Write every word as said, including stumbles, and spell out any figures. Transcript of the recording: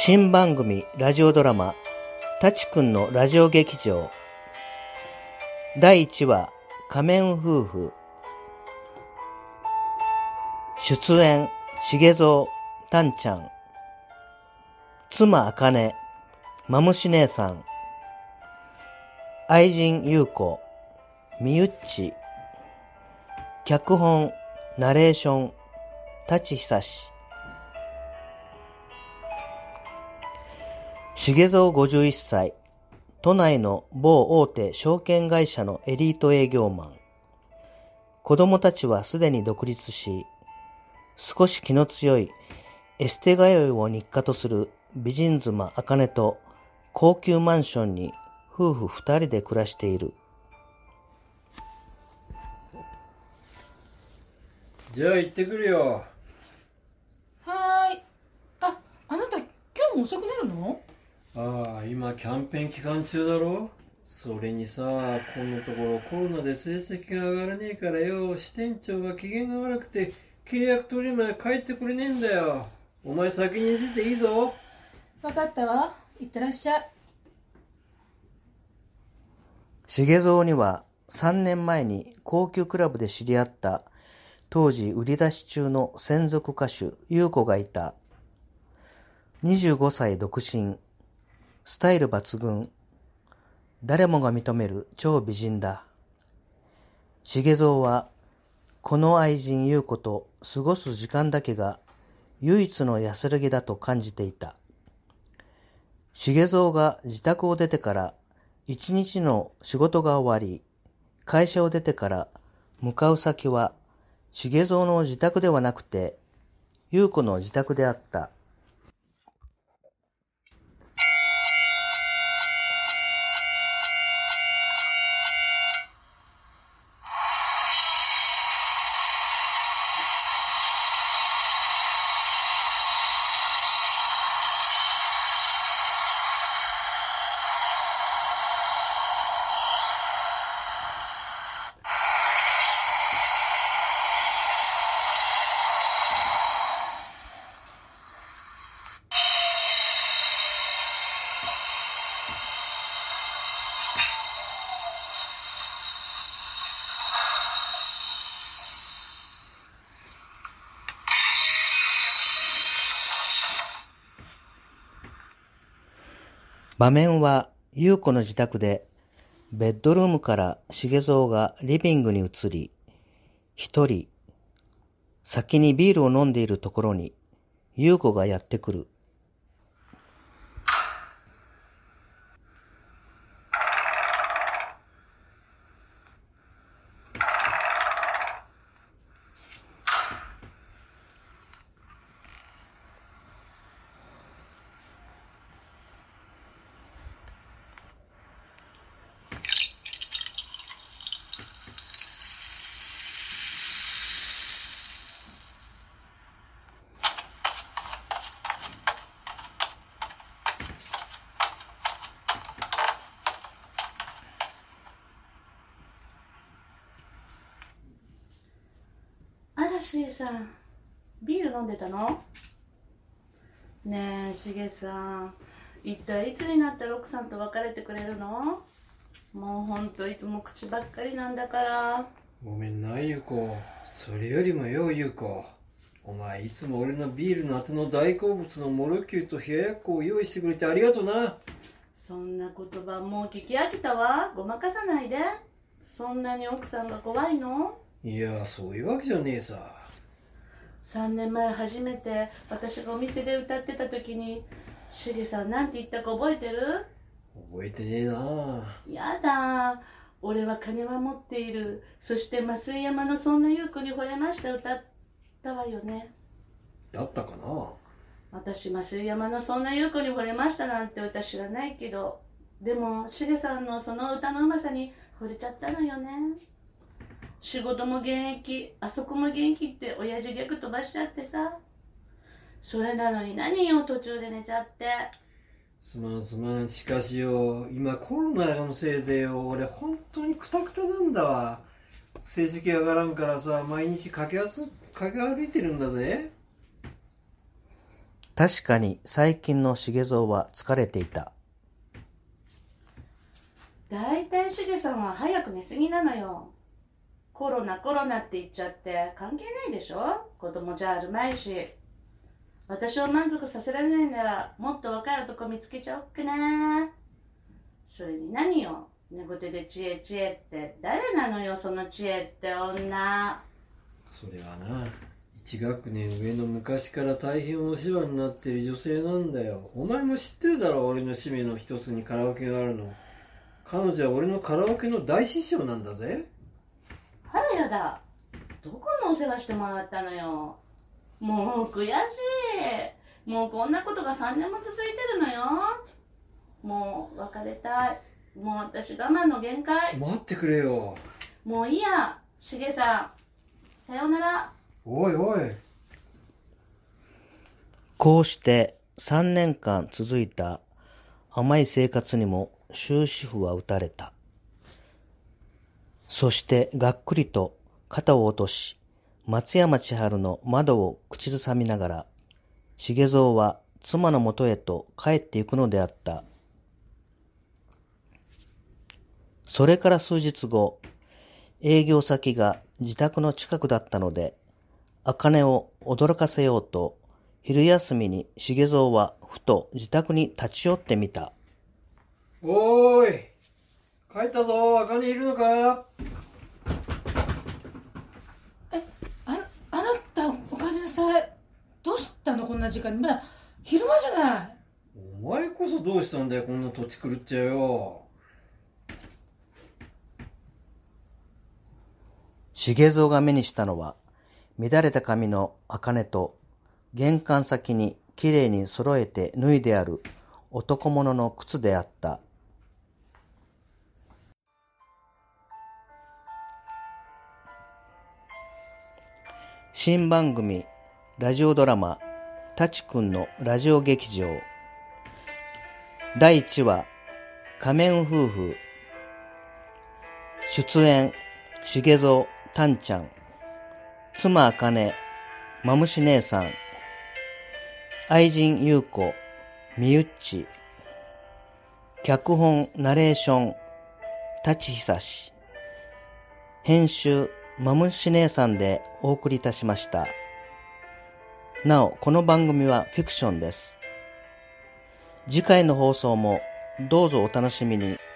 新番組ラジオドラマタチくんのラジオ劇場だいいちわ仮面夫婦。出演重蔵、たんちゃん、妻あかね、まむし姉さん、愛人ゆうこ、みゆっち、脚本ナレーション舘ひさし。重蔵ごじゅういっさい、都内の某大手証券会社のエリート営業マン。子供たちはすでに独立し、少し気の強いエステ通いを日課とする美人妻あかねと高級マンションに夫婦二人で暮らしている。 じゃあ行ってくるよ。 はーい。あ、あなた今日も遅くなるの？ ああ、今キャンペーン期間中だろ。それにさ、このところコロナで成績が上がらねえからよ、支店長が機嫌が悪くて契約取りまで帰ってくれねえんだよ。お前先に出ていいぞ。 分かったわ。いってらっしゃい。 重蔵にはさんねんまえに高級クラブで知り合った当時売り出し中の専属歌手優子がいた。にじゅうごさい独身、スタイル抜群、誰もが認める超美人だ。重蔵はこの愛人優子と過ごす時間だけが唯一の安らぎだと感じていた。重蔵が自宅を出てから一日の仕事が終わり、会社を出てから向かう先は重蔵の自宅ではなくて優子の自宅であった。場面は優子の自宅で、ベッドルームから重蔵がリビングに移り、一人、先にビールを飲んでいるところに優子がやってくる。 あら、しげさん、ビール飲んでたの？ねえ、しげさん、一体いつになったら奥さんと別れてくれるの？もうほんといつも口ばっかりなんだから。 ごめんな、優子。それよりもよ、優子。お前いつも俺のビールの後の大好物のモロキューと冷ややっこを用意してくれてありがとな。 そんな言葉もう聞き飽きたわ。ごまかさないで。そんなに奥さんが怖いの？ いや、そういうわけじゃねえさ。 さんねんまえ初めて私がお店で歌ってた時にしげさんなんて言ったか覚えてる？ 覚えてねえな。 やだ、俺は金は持っている、そして増井山のそんな優子に惚れました歌ったわよね。 だったかな。 私増井山のそんな優子に惚れましたなんて歌知らないけど、でもしげさんのその歌のうまさに惚れちゃったのよね。仕事も現役、あそこも元気って親父ギャグ飛ばしちゃってさ。それなのに何よ、途中で寝ちゃって。 すまんすまん。しかしよ、今コロナのせいでよ、俺本当にクタクタなんだわ。成績上がらんからさ、毎日駆けあつ駆け歩いてるんだぜ。 確かに最近の重蔵は疲れていた。 だいたいしげさんは早く寝すぎなのよ。コロナコロナって言っちゃって関係ないでしょ。子供じゃあるまいし。私を満足させられないならもっと若い男見つけちゃおっかな。それに何よ、寝言で知恵知恵って誰なのよ、その知恵って女。 それはな、一学年上の昔から大変お世話になっている女性なんだよ。お前も知ってるだろ、俺の趣味の一つにカラオケがあるの。彼女は俺のカラオケの大師匠なんだぜ。 あらやだ、どこのお世話してもらったのよ。もう悔しい。もうこんなことがさんねんも続いてるのよ。もう別れたい。もう私我慢の限界。 待ってくれよ。 もういいや、しげさん。さようなら。 おいおい。 こうしてさんねんかん続いた甘い生活にも終止符は打たれた。そしてがっくりと肩を落とし、松山千春の窓を口ずさみながら、重蔵は妻のもとへと帰って行くのであった。それから数日後、営業先が自宅の近くだったので、茜を驚かせようと、昼休みに重蔵はふと自宅に立ち寄ってみた。 おーい、帰ったぞ。茜いるのか。 え、あ、あなたおかえりなさい。どうしたのこんな時間に。まだ昼間じゃない。 お前こそどうしたんだよ、こんな土地狂っちゃうよ。 重蔵が目にしたのは、乱れた髪の茜と、玄関先にきれいに揃えて脱いである男物の靴であった。新番組ラジオドラマタチくんのラジオ劇場だいいちわ仮面夫婦。出演重蔵たんちゃん、妻茜、まむし姉さん、愛人優子、みゆっち、脚本ナレーション舘ひさし、編集まむし姉さんでお送りいたしました。なお、この番組はフィクションです。次回の放送もどうぞお楽しみに。